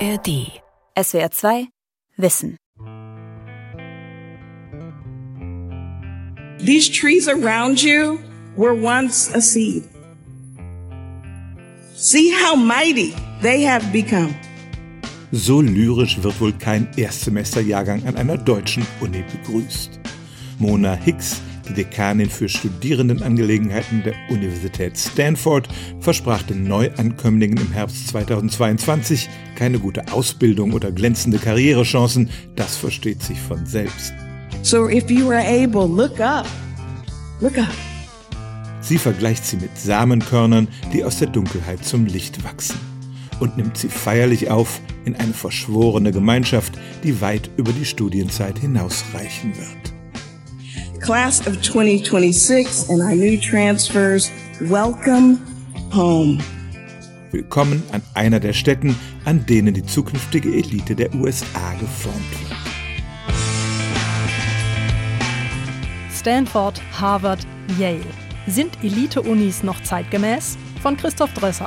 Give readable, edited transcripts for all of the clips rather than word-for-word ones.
ARD. SWR 2 Wissen. These trees around you were once a seed. See how mighty they have become. So lyrisch wird wohl kein Erstsemesterjahrgang an einer deutschen Uni begrüßt. Mona Hicks, die Dekanin für Studierendenangelegenheiten der Universität Stanford, versprach den Neuankömmlingen im Herbst 2022 keine gute Ausbildung oder glänzende Karrierechancen. Das versteht sich von selbst. So if you are able, look up. Look up. Sie vergleicht sie mit Samenkörnern, die aus der Dunkelheit zum Licht wachsen, und nimmt sie feierlich auf in eine verschworene Gemeinschaft, die weit über die Studienzeit hinausreichen wird. Class of 2026 and our new transfers, welcome home. Willkommen an einer der Stätten, an denen die zukünftige Elite der USA geformt wird. Stanford, Harvard, Yale. Sind Elite-Unis noch zeitgemäß? Von Christoph Drösser.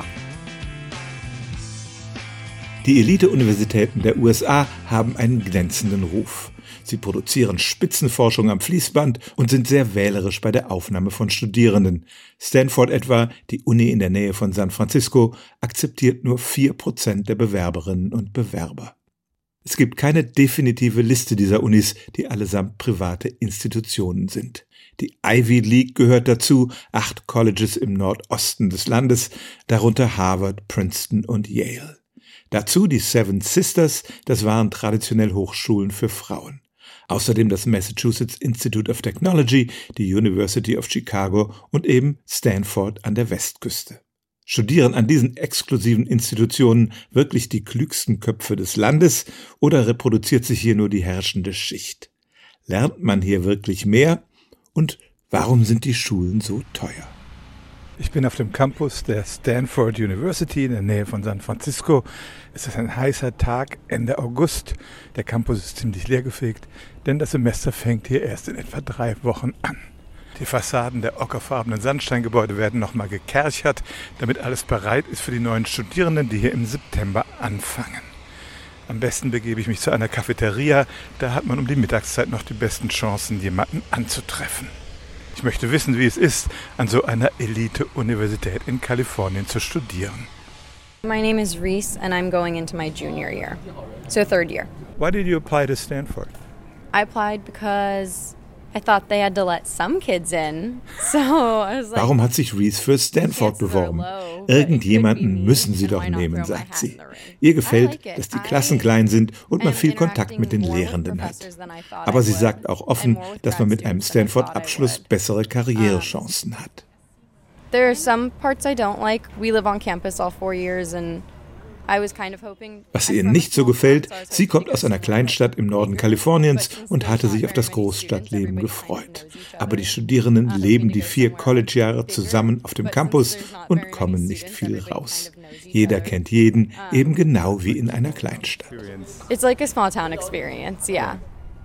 Die Elite-Universitäten der USA haben einen glänzenden Ruf. Sie produzieren Spitzenforschung am Fließband und sind sehr wählerisch bei der Aufnahme von Studierenden. Stanford etwa, die Uni in der Nähe von San Francisco, akzeptiert nur 4% der Bewerberinnen und Bewerber. Es gibt keine definitive Liste dieser Unis, die allesamt private Institutionen sind. Die Ivy League gehört dazu, 8 Colleges im Nordosten des Landes, darunter Harvard, Princeton und Yale. Dazu die Seven Sisters, das waren traditionell Hochschulen für Frauen. Außerdem das Massachusetts Institute of Technology, die University of Chicago und eben Stanford an der Westküste. Studieren an diesen exklusiven Institutionen wirklich die klügsten Köpfe des Landes oder reproduziert sich hier nur die herrschende Schicht? Lernt man hier wirklich mehr? Und warum sind die Schulen so teuer? Ich bin auf dem Campus der Stanford University in der Nähe von San Francisco. Es ist ein heißer Tag, Ende August. Der Campus ist ziemlich leergefegt, denn das Semester fängt hier erst in etwa 3 Wochen an. Die Fassaden der ockerfarbenen Sandsteingebäude werden nochmal gekerchert, damit alles bereit ist für die neuen Studierenden, die hier im September anfangen. Am besten begebe ich mich zu einer Cafeteria, da hat man um die Mittagszeit noch die besten Chancen, jemanden anzutreffen. Ich möchte wissen, wie es ist, an so einer Elite-Universität in Kalifornien zu studieren. My name is Reese and I'm going into my junior year, so 3rd year. Why did you apply to Stanford? I applied because I thought they had to let some kids in, so I was like... Warum hat sich Reese für Stanford beworben? Irgendjemanden müssen sie doch nehmen, sagt sie. Ihr gefällt, dass die Klassen klein sind und man viel Kontakt mit den Lehrenden hat. Aber sie sagt auch offen, dass man mit einem Stanford-Abschluss bessere Karrierechancen hat. There are some parts I don't like. We live on campus all 4 years and I was kind of hoping... Was ihr nicht so gefällt, sie kommt aus einer Kleinstadt im Norden Kaliforniens und hatte sich auf das Großstadtleben gefreut. Aber die Studierenden leben die 4 College-Jahre zusammen auf dem Campus und kommen nicht viel raus. Jeder kennt jeden, eben genau wie in einer Kleinstadt. It's like a small town experience, yeah.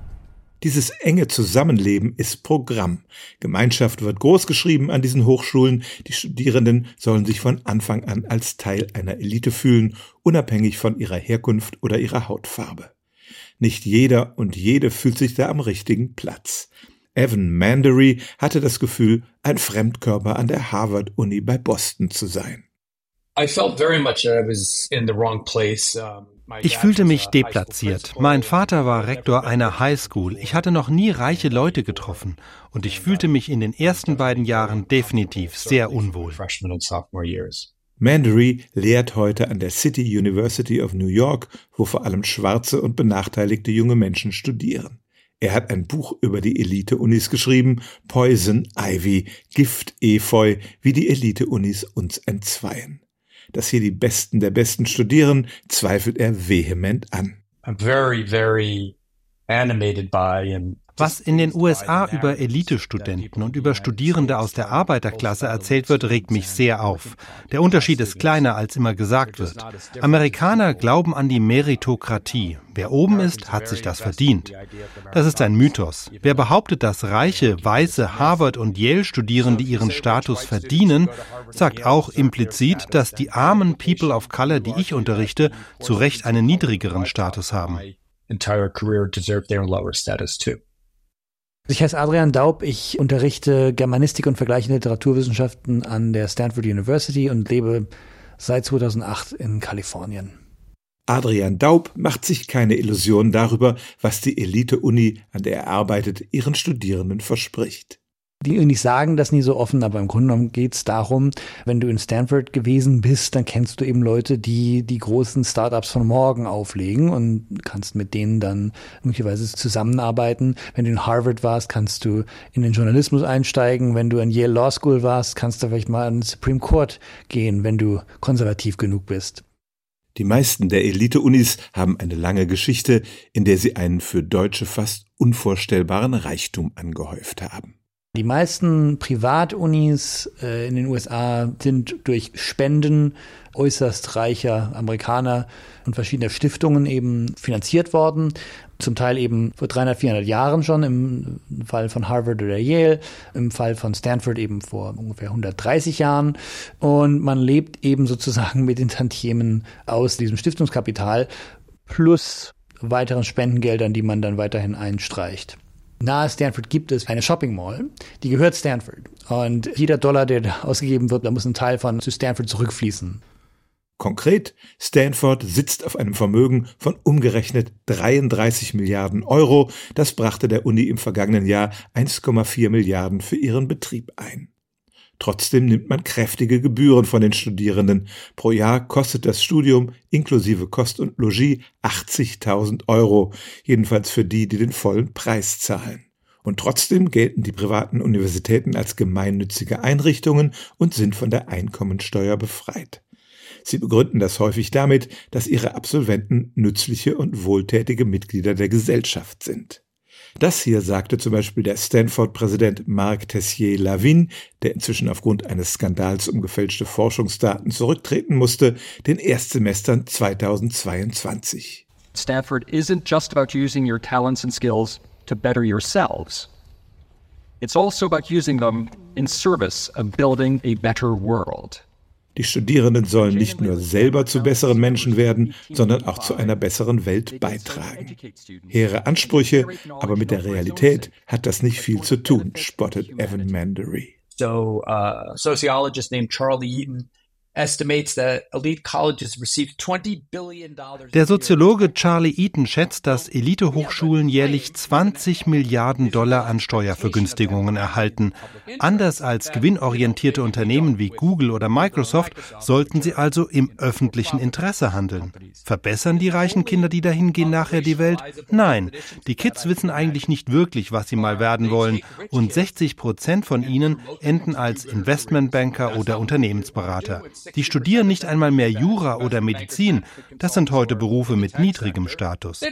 Dieses enge Zusammenleben ist Programm. Gemeinschaft wird großgeschrieben an diesen Hochschulen. Die Studierenden sollen sich von Anfang an als Teil einer Elite fühlen, unabhängig von ihrer Herkunft oder ihrer Hautfarbe. Nicht jeder und jede fühlt sich da am richtigen Platz. Evan Mandery hatte das Gefühl, ein Fremdkörper an der Harvard-Uni bei Boston zu sein. Ich fühlte mich deplatziert. Mein Vater war Rektor einer Highschool. Ich hatte noch nie reiche Leute getroffen und ich fühlte mich in den ersten beiden Jahren definitiv sehr unwohl. Mandery lehrt heute an der City University of New York, wo vor allem schwarze und benachteiligte junge Menschen studieren. Er hat ein Buch über die Elite-Unis geschrieben, Poison Ivy, Gift-Efeu, wie die Elite-Unis uns entzweien. Dass hier die Besten der Besten studieren, zweifelt er vehement an. Was in den USA über Elitestudenten und über Studierende aus der Arbeiterklasse erzählt wird, regt mich sehr auf. Der Unterschied ist kleiner, als immer gesagt wird. Amerikaner glauben an die Meritokratie. Wer oben ist, hat sich das verdient. Das ist ein Mythos. Wer behauptet, dass reiche, weiße Harvard- und Yale-Studierende ihren Status verdienen, sagt auch implizit, dass die armen People of Color, die ich unterrichte, zu Recht einen niedrigeren Status haben. Ich heiße Adrian Daub, ich unterrichte Germanistik und vergleichende Literaturwissenschaften an der Stanford University und lebe seit 2008 in Kalifornien. Adrian Daub macht sich keine Illusionen darüber, was die Elite-Uni, an der er arbeitet, ihren Studierenden verspricht. Die Unis sagen das nie so offen, aber im Grunde genommen geht es darum, wenn du in Stanford gewesen bist, dann kennst du eben Leute, die die großen Startups von morgen auflegen und kannst mit denen dann möglicherweise zusammenarbeiten. Wenn du in Harvard warst, kannst du in den Journalismus einsteigen. Wenn du in Yale Law School warst, kannst du vielleicht mal an den Supreme Court gehen, wenn du konservativ genug bist. Die meisten der Elite-Unis haben eine lange Geschichte, in der sie einen für Deutsche fast unvorstellbaren Reichtum angehäuft haben. Die meisten Privatunis in den USA sind durch Spenden äußerst reicher Amerikaner und verschiedener Stiftungen eben finanziert worden. Zum Teil eben vor 300, 400 Jahren schon, im Fall von Harvard oder Yale, im Fall von Stanford eben vor ungefähr 130 Jahren. Und man lebt eben sozusagen mit den Tantiemen aus diesem Stiftungskapital plus weiteren Spendengeldern, die man dann weiterhin einstreicht. Nahe Stanford gibt es eine Shopping Mall, die gehört Stanford. Und jeder Dollar, der da ausgegeben wird, da muss ein Teil von zu Stanford zurückfließen. Konkret, Stanford sitzt auf einem Vermögen von umgerechnet 33 Milliarden Euro. Das brachte der Uni im vergangenen Jahr 1,4 Milliarden für ihren Betrieb ein. Trotzdem nimmt man kräftige Gebühren von den Studierenden. Pro Jahr kostet das Studium inklusive Kost und Logis 80.000 Euro, jedenfalls für die, die den vollen Preis zahlen. Und trotzdem gelten die privaten Universitäten als gemeinnützige Einrichtungen und sind von der Einkommensteuer befreit. Sie begründen das häufig damit, dass ihre Absolventen nützliche und wohltätige Mitglieder der Gesellschaft sind. Das hier sagte zum Beispiel der Stanford-Präsident Mark Tessier-Lavigne, der inzwischen aufgrund eines Skandals um gefälschte Forschungsdaten zurücktreten musste, den Erstsemestern 2022. Stanford isn't just about using your talents and skills to better yourselves. It's also about using them in service of building a better world. Die Studierenden sollen nicht nur selber zu besseren Menschen werden, sondern auch zu einer besseren Welt beitragen. Hehre Ansprüche, aber mit der Realität hat das nicht viel zu tun, spottet Evan Mandery. So, sociologist named Charlie Eaton estimates that elite colleges receive $20 billion. Der Soziologe Charlie Eaton schätzt, dass Elite-Hochschulen jährlich 20 Milliarden Dollar an Steuervergünstigungen erhalten. Anders als gewinnorientierte Unternehmen wie Google oder Microsoft sollten sie also im öffentlichen Interesse handeln. Verbessern die reichen Kinder, die dahin gehen, nachher die Welt? Nein, die Kids wissen eigentlich nicht wirklich, was sie mal werden wollen. Und 60% von ihnen enden als Investmentbanker oder Unternehmensberater. Die studieren nicht einmal mehr Jura oder Medizin. Das sind heute Berufe mit niedrigem Status.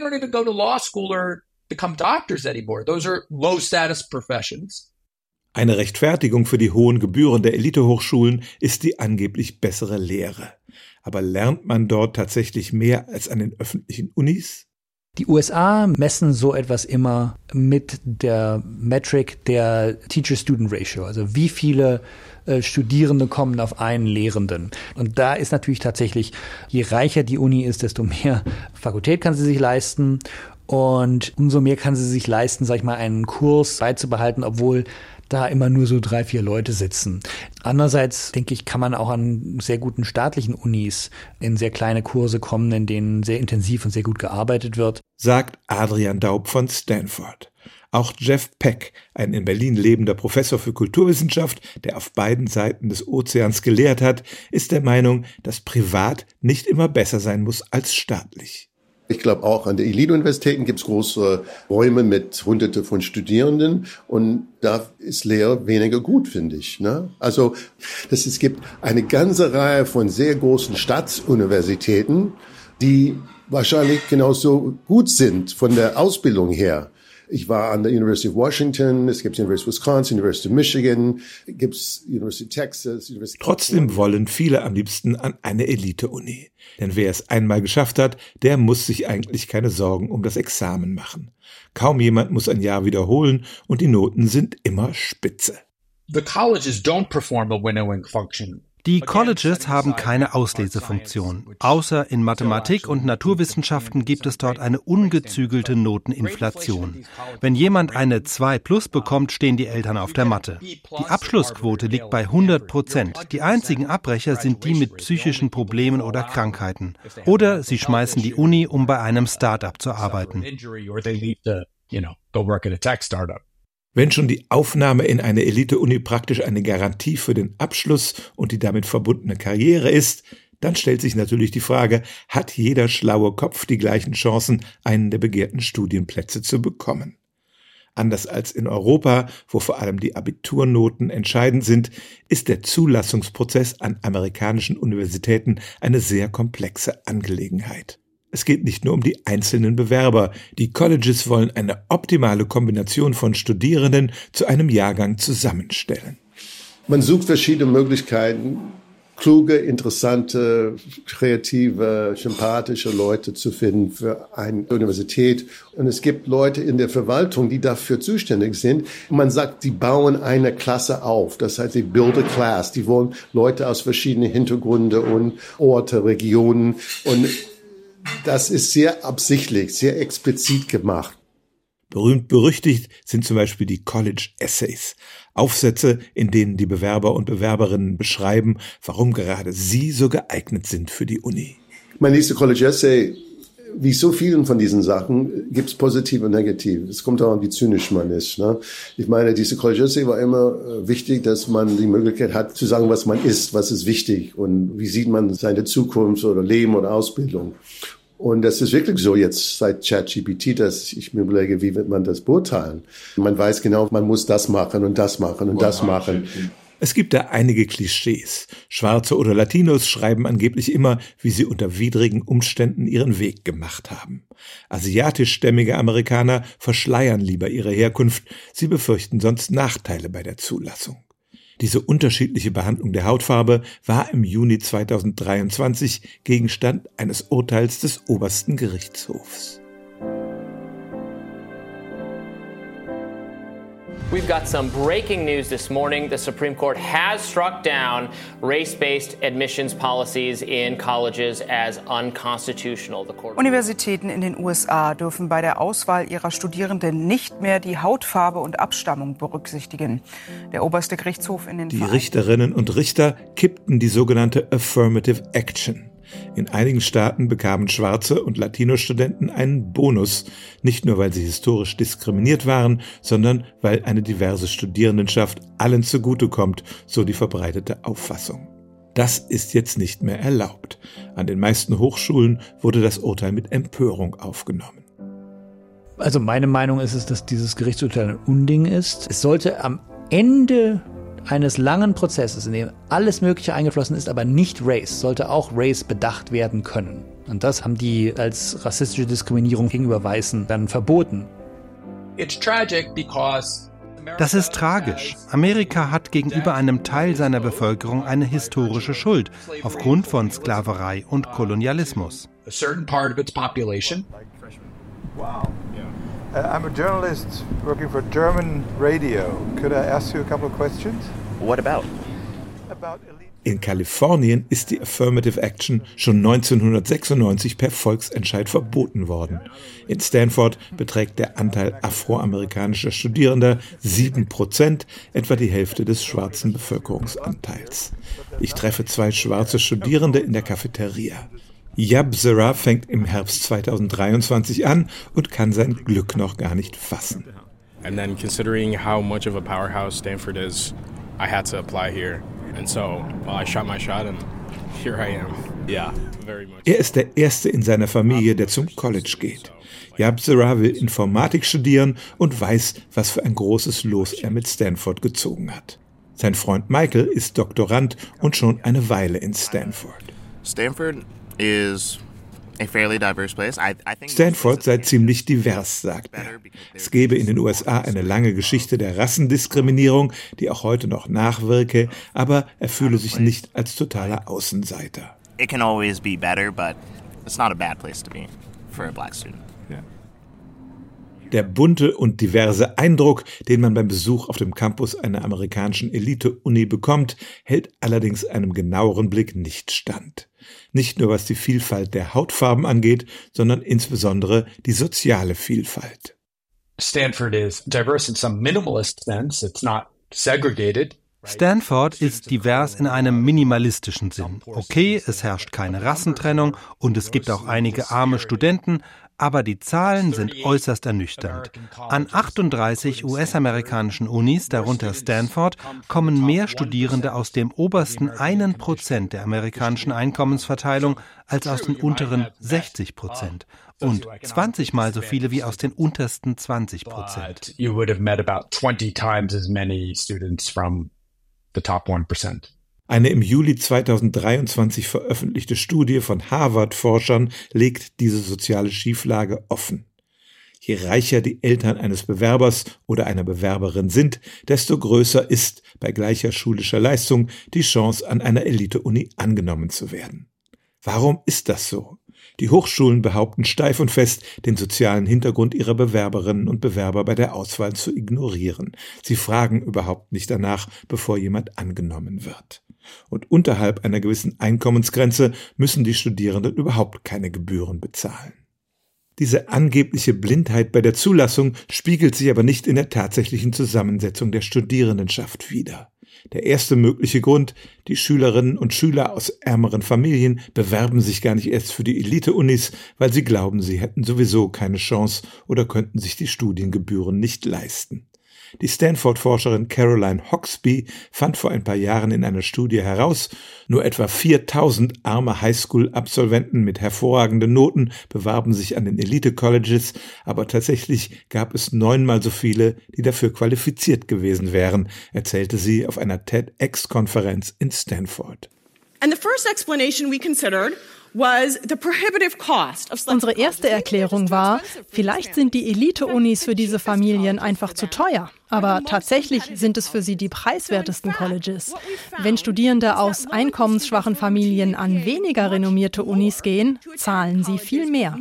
Eine Rechtfertigung für die hohen Gebühren der Elitehochschulen ist die angeblich bessere Lehre. Aber lernt man dort tatsächlich mehr als an den öffentlichen Unis? Die USA messen so etwas immer mit der Metric der Teacher-Student-Ratio, also wie viele Studierende kommen auf einen Lehrenden. Und da ist natürlich tatsächlich, je reicher die Uni ist, desto mehr Fakultät kann sie sich leisten und umso mehr kann sie sich leisten, sag ich mal, einen Kurs beizubehalten, obwohl da immer nur so 3, 4 Leute sitzen. Andererseits, denke ich, kann man auch an sehr guten staatlichen Unis in sehr kleine Kurse kommen, in denen sehr intensiv und sehr gut gearbeitet wird. Sagt Adrian Daub von Stanford. Auch Jeff Peck, ein in Berlin lebender Professor für Kulturwissenschaft, der auf beiden Seiten des Ozeans gelehrt hat, ist der Meinung, dass privat nicht immer besser sein muss als staatlich. Ich glaube auch, an den Elite-Universitäten gibt es große Räume mit Hunderte von Studierenden und da ist Lehre weniger gut, finde ich. Ne? Also es gibt eine ganze Reihe von sehr großen Staatsuniversitäten, die wahrscheinlich genauso gut sind von der Ausbildung her. Ich war an der University of Washington, es gibt University of Wisconsin, University of Michigan, gibt's University of Texas, University of Trotzdem wollen viele am liebsten an eine Elite-Uni. Denn wer es einmal geschafft hat, der muss sich eigentlich keine Sorgen um das Examen machen. Kaum jemand muss ein Jahr wiederholen und die Noten sind immer spitze. The colleges don't perform a winnowing function. Die Colleges haben keine Auslesefunktion. Außer in Mathematik und Naturwissenschaften gibt es dort eine ungezügelte Noteninflation. Wenn jemand eine 2+ bekommt, stehen die Eltern auf der Matte. Die Abschlussquote liegt bei 100%. Die einzigen Abbrecher sind die mit psychischen Problemen oder Krankheiten. Oder sie schmeißen die Uni, um bei einem Start-up zu arbeiten. Wenn schon die Aufnahme in eine Elite-Uni praktisch eine Garantie für den Abschluss und die damit verbundene Karriere ist, dann stellt sich natürlich die Frage, hat jeder schlaue Kopf die gleichen Chancen, einen der begehrten Studienplätze zu bekommen? Anders als in Europa, wo vor allem die Abiturnoten entscheidend sind, ist der Zulassungsprozess an amerikanischen Universitäten eine sehr komplexe Angelegenheit. Es geht nicht nur um die einzelnen Bewerber. Die Colleges wollen eine optimale Kombination von Studierenden zu einem Jahrgang zusammenstellen. Man sucht verschiedene Möglichkeiten, kluge, interessante, kreative, sympathische Leute zu finden für eine Universität. Und es gibt Leute in der Verwaltung, die dafür zuständig sind. Man sagt, die bauen eine Klasse auf. Das heißt, die build a class. Die wollen Leute aus verschiedenen Hintergründen und Orte, Regionen. Und das ist sehr absichtlich, sehr explizit gemacht. Berühmt berüchtigt sind zum Beispiel die College Essays, Aufsätze, in denen die Bewerber und Bewerberinnen beschreiben, warum gerade sie so geeignet sind für die Uni. Mein nächster College Essay, wie so vielen von diesen Sachen, gibt's positiv und negativ. Es kommt auch an, wie zynisch man ist. Ne? Ich meine, diese College Essay war immer wichtig, dass man die Möglichkeit hat, zu sagen, was man ist, was ist wichtig und wie sieht man seine Zukunft oder Leben oder Ausbildung. Und das ist wirklich so jetzt seit ChatGPT, dass ich mir überlege, wie wird man das beurteilen? Man weiß genau, man muss das machen und das machen und das machen. Es gibt da einige Klischees. Schwarze oder Latinos schreiben angeblich immer, wie sie unter widrigen Umständen ihren Weg gemacht haben. Asiatischstämmige Amerikaner verschleiern lieber ihre Herkunft. Sie befürchten sonst Nachteile bei der Zulassung. Diese unterschiedliche Behandlung der Hautfarbe war im Juni 2023 Gegenstand eines Urteils des obersten Gerichtshofs. We've got some breaking news this morning. The Supreme Court has struck down race-based admissions policies in colleges as unconstitutional. Universitäten in den USA dürfen bei der Auswahl ihrer Studierenden nicht mehr die Hautfarbe und Abstammung berücksichtigen. Der oberste Gerichtshof in den Die Richterinnen und Richter kippten die sogenannte Affirmative Action. In einigen Staaten bekamen schwarze und Latino-Studenten einen Bonus, nicht nur weil sie historisch diskriminiert waren, sondern weil eine diverse Studierendenschaft allen zugutekommt, so die verbreitete Auffassung. Das ist jetzt nicht mehr erlaubt. An den meisten Hochschulen wurde das Urteil mit Empörung aufgenommen. Also meine Meinung ist es, dass dieses Gerichtsurteil ein Unding ist. Es sollte am Ende eines langen Prozesses, in dem alles Mögliche eingeflossen ist, aber nicht Race, sollte auch Race bedacht werden können. Und das haben die als rassistische Diskriminierung gegenüber Weißen dann verboten. Das ist tragisch. Amerika hat gegenüber einem Teil seiner Bevölkerung eine historische Schuld aufgrund von Sklaverei und Kolonialismus. I'm a journalist working for German radio. Could I ask you a couple of questions? What about? In Kalifornien ist die Affirmative Action schon 1996 per Volksentscheid verboten worden. In Stanford beträgt der Anteil afroamerikanischer Studierender 7%, etwa die Hälfte des schwarzen Bevölkerungsanteils. Ich treffe 2 schwarze Studierende in der Cafeteria. Yabzera fängt im Herbst 2023 an und kann sein Glück noch gar nicht fassen. And then considering how much of a powerhouse Stanford is, I had to apply here. And so, well, I shot my shot and here I am. Yeah, very much. Er ist der Erste in seiner Familie, der zum College geht. Yabzera will Informatik studieren und weiß, was für ein großes Los er mit Stanford gezogen hat. Sein Freund Michael ist Doktorand und schon eine Weile in Stanford. Stanford is Stanford sei ziemlich divers, sagt er. Es gebe in den USA eine lange Geschichte der Rassendiskriminierung, die auch heute noch nachwirke, aber er fühle sich nicht als totaler Außenseiter. It can always be better, but it's not a bad place to be for a black student. Der bunte und diverse Eindruck, den man beim Besuch auf dem Campus einer amerikanischen Elite-Uni bekommt, hält allerdings einem genaueren Blick nicht stand. Nicht nur was die Vielfalt der Hautfarben angeht, sondern insbesondere die soziale Vielfalt. Stanford is diverse in some minimalist sense. It's not segregated. Stanford ist divers in einem minimalistischen Sinn. Okay, es herrscht keine Rassentrennung und es gibt auch einige arme Studenten, aber die Zahlen sind äußerst ernüchternd. An 38 US-amerikanischen Unis, darunter Stanford, kommen mehr Studierende aus dem obersten 1% der amerikanischen Einkommensverteilung als aus den unteren 60% und 20 Mal so viele wie aus den untersten 20%. You would have met about 20 times as many students from the top 1%. Eine im Juli 2023 veröffentlichte Studie von Harvard-Forschern legt diese soziale Schieflage offen. Je reicher die Eltern eines Bewerbers oder einer Bewerberin sind, desto größer ist bei gleicher schulischer Leistung die Chance, an einer Elite-Uni angenommen zu werden. Warum ist das so? Die Hochschulen behaupten steif und fest, den sozialen Hintergrund ihrer Bewerberinnen und Bewerber bei der Auswahl zu ignorieren. Sie fragen überhaupt nicht danach, bevor jemand angenommen wird. Und unterhalb einer gewissen Einkommensgrenze müssen die Studierenden überhaupt keine Gebühren bezahlen. Diese angebliche Blindheit bei der Zulassung spiegelt sich aber nicht in der tatsächlichen Zusammensetzung der Studierendenschaft wider. Der erste mögliche Grund: die Schülerinnen und Schüler aus ärmeren Familien bewerben sich gar nicht erst für die Elite-Unis, weil sie glauben, sie hätten sowieso keine Chance oder könnten sich die Studiengebühren nicht leisten. Die Stanford-Forscherin Caroline Hoxby fand vor ein paar Jahren in einer Studie heraus, nur etwa 4.000 arme Highschool-Absolventen mit hervorragenden Noten bewarben sich an den Elite-Colleges, aber tatsächlich gab es 9-mal so viele, die dafür qualifiziert gewesen wären, erzählte sie auf einer TEDx-Konferenz in Stanford. And the first explanation we considered Unsere erste Erklärung war, vielleicht sind die Elite-Unis für diese Familien einfach zu teuer. Aber tatsächlich sind es für sie die preiswertesten Colleges. Wenn Studierende aus einkommensschwachen Familien an weniger renommierte Unis gehen, zahlen sie viel mehr.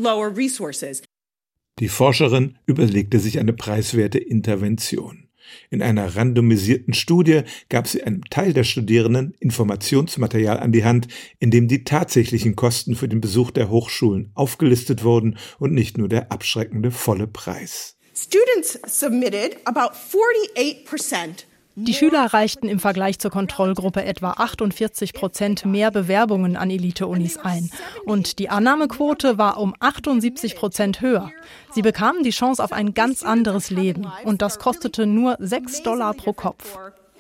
Die Forscherin überlegte sich eine preiswerte Intervention. In einer randomisierten Studie gab sie einem Teil der Studierenden Informationsmaterial an die Hand, in dem die tatsächlichen Kosten für den Besuch der Hochschulen aufgelistet wurden und nicht nur der abschreckende volle Preis. Students submitted about 48%. Die Schüler reichten im Vergleich zur Kontrollgruppe etwa 48% mehr Bewerbungen an Elite-Unis ein. Und die Annahmequote war um 78% höher. Sie bekamen die Chance auf ein ganz anderes Leben. Und das kostete nur $6 pro Kopf.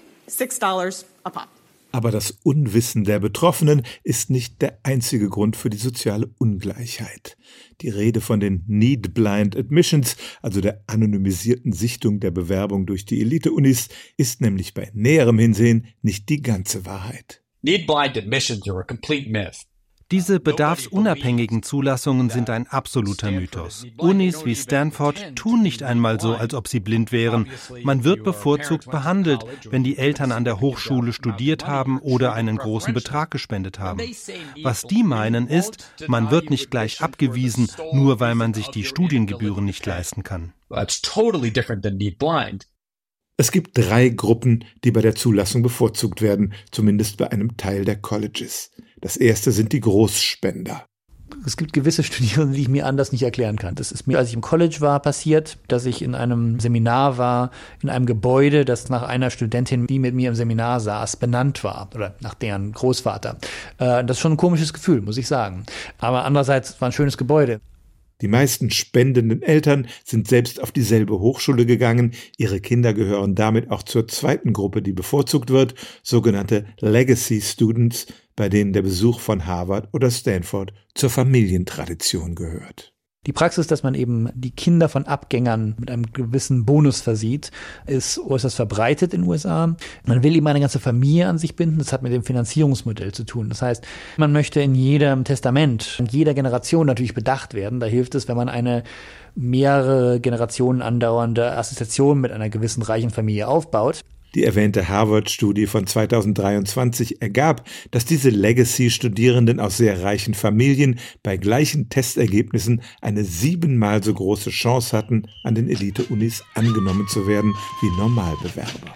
$6 a pop. Aber das Unwissen der Betroffenen ist nicht der einzige Grund für die soziale Ungleichheit. Die Rede von den Need Blind Admissions, also der anonymisierten Sichtung der Bewerbung durch die Elite-Unis, ist nämlich bei näherem Hinsehen nicht die ganze Wahrheit. Need blind admissions are a complete myth. Diese bedarfsunabhängigen Zulassungen sind ein absoluter Mythos. Unis wie Stanford tun nicht einmal so, als ob sie blind wären. Man wird bevorzugt behandelt, wenn die Eltern an der Hochschule studiert haben oder einen großen Betrag gespendet haben. Was die meinen ist, man wird nicht gleich abgewiesen, nur weil man sich die Studiengebühren nicht leisten kann. That's totally different than need blind. Es gibt 3 Gruppen, die bei der Zulassung bevorzugt werden, zumindest bei einem Teil der Colleges. Das erste sind die Großspender. Es gibt gewisse Studierende, die ich mir anders nicht erklären kann. Das ist mir, als ich im College war, passiert, dass ich in einem Seminar war, in einem Gebäude, das nach einer Studentin, die mit mir im Seminar saß, benannt war oder nach deren Großvater. Das ist schon ein komisches Gefühl, muss ich sagen. Aber andererseits war ein schönes Gebäude. Die meisten spendenden Eltern sind selbst auf dieselbe Hochschule gegangen. Ihre Kinder gehören damit auch zur zweiten Gruppe, die bevorzugt wird, sogenannte Legacy Students, bei denen der Besuch von Harvard oder Stanford zur Familientradition gehört. Die Praxis, dass man eben die Kinder von Abgängern mit einem gewissen Bonus versieht, ist äußerst verbreitet in den USA. Man will eben eine ganze Familie an sich binden. Das hat mit dem Finanzierungsmodell zu tun. Das heißt, man möchte in jedem Testament, in jeder Generation natürlich bedacht werden. Da hilft es, wenn man eine mehrere Generationen andauernde Assoziation mit einer gewissen reichen Familie aufbaut. Die erwähnte Harvard-Studie von 2023 ergab, dass diese Legacy-Studierenden aus sehr reichen Familien bei gleichen Testergebnissen eine 7-mal so große Chance hatten, an den Elite-Unis angenommen zu werden wie Normalbewerber.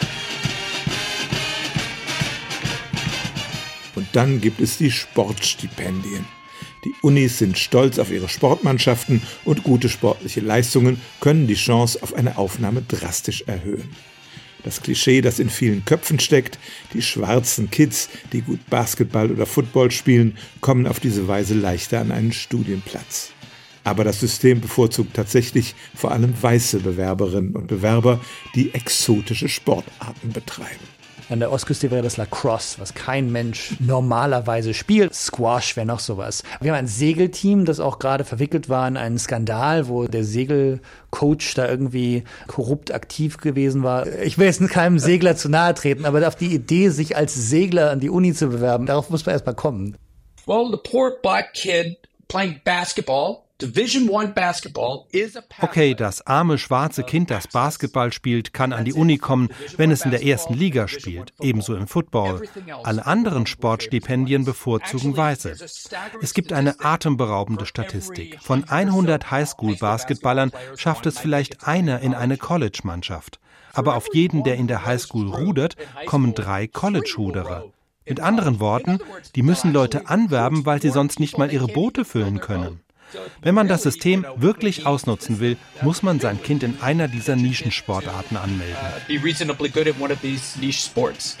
Und dann gibt es die Sportstipendien. Die Unis sind stolz auf ihre Sportmannschaften und gute sportliche Leistungen können die Chance auf eine Aufnahme drastisch erhöhen. Das Klischee, das in vielen Köpfen steckt, die schwarzen Kids, die gut Basketball oder Football spielen, kommen auf diese Weise leichter an einen Studienplatz. Aber das System bevorzugt tatsächlich vor allem weiße Bewerberinnen und Bewerber, die exotische Sportarten betreiben. An der Ostküste wäre das Lacrosse, was kein Mensch normalerweise spielt. Squash wäre noch sowas. Wir haben ein Segelteam, das auch gerade verwickelt war in einen Skandal, wo der Segelcoach da irgendwie korrupt aktiv gewesen war. Ich will jetzt keinem Segler zu nahe treten, aber auf die Idee, sich als Segler an die Uni zu bewerben, darauf muss man erst mal kommen. Well, the poor black kid playing basketball. Division I basketball is a Okay, das arme schwarze Kind, das Basketball spielt, kann an die Uni kommen, wenn es in der ersten Liga spielt, ebenso im Football. Alle anderen Sportstipendien bevorzugen Weiße. Es gibt eine atemberaubende Statistik. Von 100 Highschool-Basketballern schafft es vielleicht einer in eine College-Mannschaft. Aber auf jeden, der in der Highschool rudert, kommen 3 College-Ruderer. Mit anderen Worten, die müssen Leute anwerben, weil sie sonst nicht mal ihre Boote füllen können. Wenn man das System wirklich ausnutzen will, muss man sein Kind in einer dieser Nischensportarten anmelden. Be reasonably good at one of these niche sports.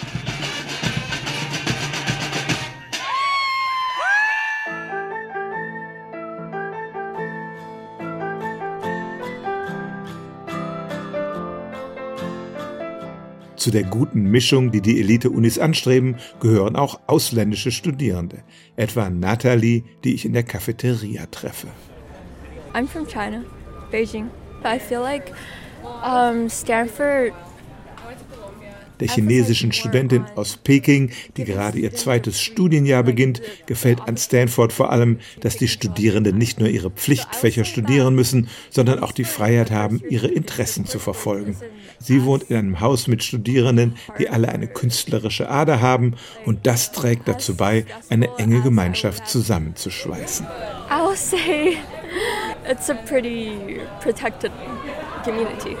Zu der guten Mischung, die die Elite-Unis anstreben, gehören auch ausländische Studierende. Etwa Natalie, die ich in der Cafeteria treffe. I'm from China, Beijing. I feel like Stanford. Der chinesischen Studentin aus Peking, die gerade ihr 2. Studienjahr beginnt, gefällt an Stanford vor allem, dass die Studierenden nicht nur ihre Pflichtfächer studieren müssen, sondern auch die Freiheit haben, ihre Interessen zu verfolgen. Sie wohnt in einem Haus mit Studierenden, die alle eine künstlerische Ader haben, und das trägt dazu bei, eine enge Gemeinschaft zusammenzuschweißen. I will say it's a pretty protected community.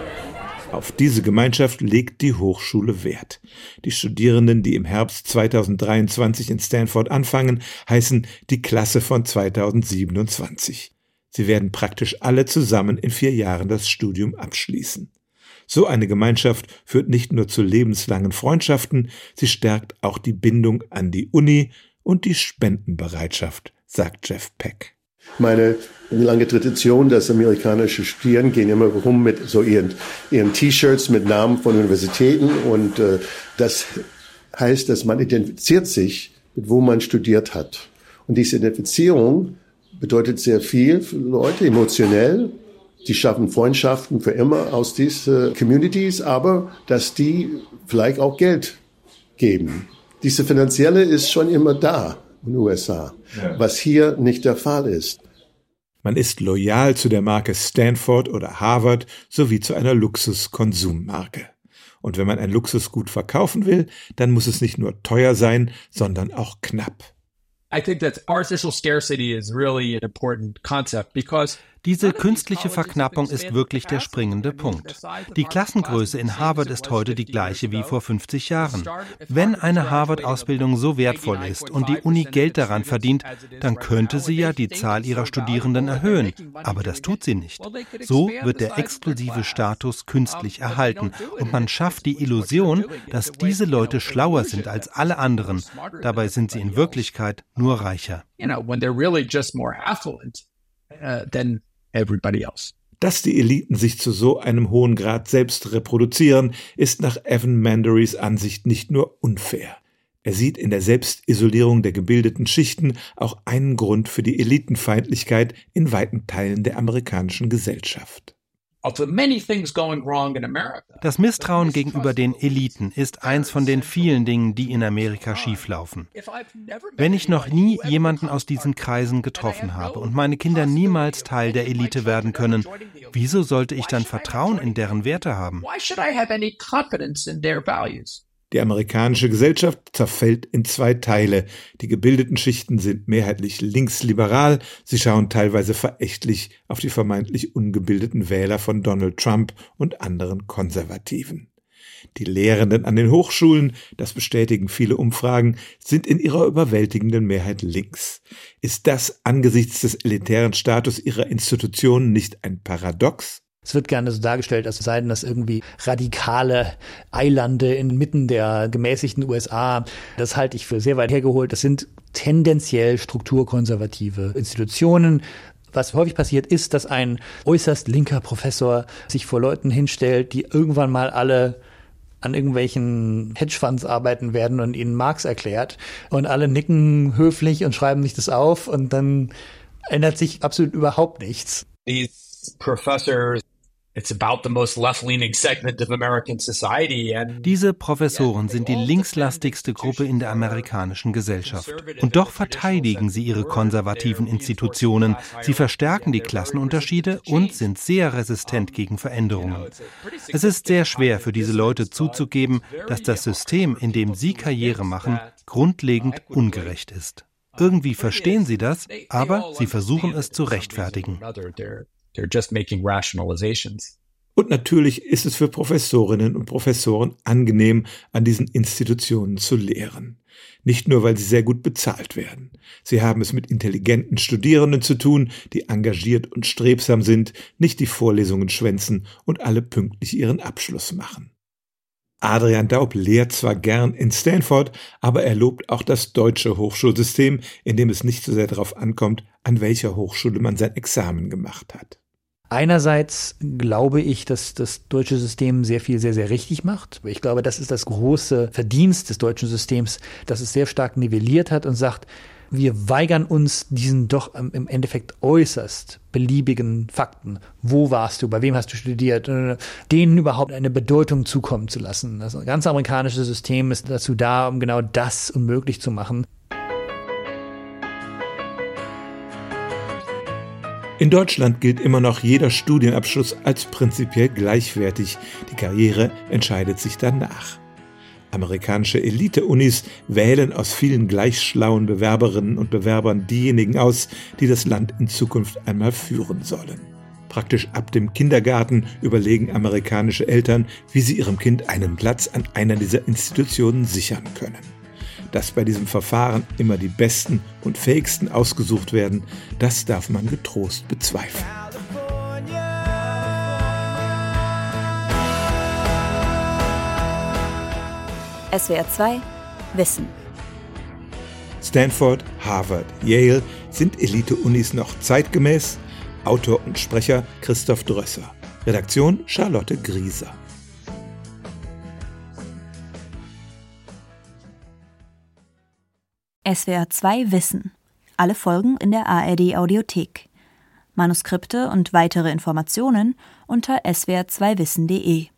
Auf diese Gemeinschaft legt die Hochschule Wert. Die Studierenden, die im Herbst 2023 in Stanford anfangen, heißen die Klasse von 2027. Sie werden praktisch alle zusammen in 4 Jahren das Studium abschließen. So eine Gemeinschaft führt nicht nur zu lebenslangen Freundschaften, sie stärkt auch die Bindung an die Uni und die Spendenbereitschaft, sagt Jeff Peck. Meine lange Tradition, dass amerikanische Studierende gehen immer rum mit so ihren T-Shirts mit Namen von Universitäten und das heißt, dass man identifiziert sich mit wo man studiert hat. Und diese Identifizierung bedeutet sehr viel für Leute, emotionell. Die schaffen Freundschaften für immer aus diesen Communities, aber dass die vielleicht auch Geld geben. Diese finanzielle ist schon immer da in den USA, was hier nicht der Fall ist. Man ist loyal zu der Marke Stanford oder Harvard sowie zu einer Luxuskonsummarke. Und wenn man ein Luxusgut verkaufen will, dann muss es nicht nur teuer sein, sondern auch knapp. I think that artificial scarcity is really an important concept because Diese künstliche Verknappung ist wirklich der springende Punkt. Die Klassengröße in Harvard ist heute die gleiche wie vor 50 Jahren. Wenn eine Harvard-Ausbildung so wertvoll ist und die Uni Geld daran verdient, dann könnte sie ja die Zahl ihrer Studierenden erhöhen. Aber das tut sie nicht. So wird der exklusive Status künstlich erhalten und man schafft die Illusion, dass diese Leute schlauer sind als alle anderen. Dabei sind sie in Wirklichkeit nur reicher. When they're really just more affluent than everybody else. Dass die Eliten sich zu so einem hohen Grad selbst reproduzieren, ist nach Evan Mandarys Ansicht nicht nur unfair. Er sieht in der Selbstisolierung der gebildeten Schichten auch einen Grund für die Elitenfeindlichkeit in weiten Teilen der amerikanischen Gesellschaft. Das Misstrauen gegenüber den Eliten ist eins von den vielen Dingen, die in Amerika schieflaufen. Wenn ich noch nie jemanden aus diesen Kreisen getroffen habe und meine Kinder niemals Teil der Elite werden können, wieso sollte ich dann Vertrauen in deren Werte haben? Die amerikanische Gesellschaft zerfällt in zwei Teile. Die gebildeten Schichten sind mehrheitlich linksliberal. Sie schauen teilweise verächtlich auf die vermeintlich ungebildeten Wähler von Donald Trump und anderen Konservativen. Die Lehrenden an den Hochschulen, das bestätigen viele Umfragen, sind in ihrer überwältigenden Mehrheit links. Ist das angesichts des elitären Status ihrer Institutionen nicht ein Paradox? Es wird gerne so dargestellt, als seien das irgendwie radikale Eilande inmitten der gemäßigten USA. Das halte ich für sehr weit hergeholt. Das sind tendenziell strukturkonservative Institutionen. Was häufig passiert, ist, dass ein äußerst linker Professor sich vor Leuten hinstellt, die irgendwann mal alle an irgendwelchen Hedgefonds arbeiten werden und ihnen Marx erklärt. Und alle nicken höflich und schreiben sich das auf und dann ändert sich absolut überhaupt nichts. These professors, it's about the most left-leaning segment of American society. Diese Professoren sind die linkslastigste Gruppe in der amerikanischen Gesellschaft. Und doch verteidigen sie ihre konservativen Institutionen. Sie verstärken die Klassenunterschiede und sind sehr resistent gegen Veränderungen. Es ist sehr schwer für diese Leute zuzugeben, dass das System, in dem sie Karriere machen, grundlegend ungerecht ist. Irgendwie verstehen sie das, aber sie versuchen es zu rechtfertigen. Und natürlich ist es für Professorinnen und Professoren angenehm, an diesen Institutionen zu lehren. Nicht nur, weil sie sehr gut bezahlt werden. Sie haben es mit intelligenten Studierenden zu tun, die engagiert und strebsam sind, nicht die Vorlesungen schwänzen und alle pünktlich ihren Abschluss machen. Adrian Daub lehrt zwar gern in Stanford, aber er lobt auch das deutsche Hochschulsystem, in dem es nicht so sehr darauf ankommt, an welcher Hochschule man sein Examen gemacht hat. Einerseits glaube ich, dass das deutsche System sehr viel, sehr, sehr richtig macht. Ich glaube, das ist das große Verdienst des deutschen Systems, dass es sehr stark nivelliert hat und sagt, wir weigern uns diesen doch im Endeffekt äußerst beliebigen Fakten. Wo warst du? Bei wem hast du studiert? Denen überhaupt eine Bedeutung zukommen zu lassen. Das ganze amerikanische System ist dazu da, um genau das unmöglich zu machen. In Deutschland gilt immer noch jeder Studienabschluss als prinzipiell gleichwertig. Die Karriere entscheidet sich danach. Amerikanische Elite-Unis wählen aus vielen gleich schlauen Bewerberinnen und Bewerbern diejenigen aus, die das Land in Zukunft einmal führen sollen. Praktisch ab dem Kindergarten überlegen amerikanische Eltern, wie sie ihrem Kind einen Platz an einer dieser Institutionen sichern können. Dass bei diesem Verfahren immer die Besten und Fähigsten ausgesucht werden, das darf man getrost bezweifeln. SWR 2 Wissen. Stanford, Harvard, Yale sind Elite-Unis noch zeitgemäß? Autor und Sprecher Christoph Drösser. Redaktion Charlotte Grieser. SWR 2 Wissen. Alle Folgen in der ARD-Audiothek. Manuskripte und weitere Informationen unter swr2wissen.de.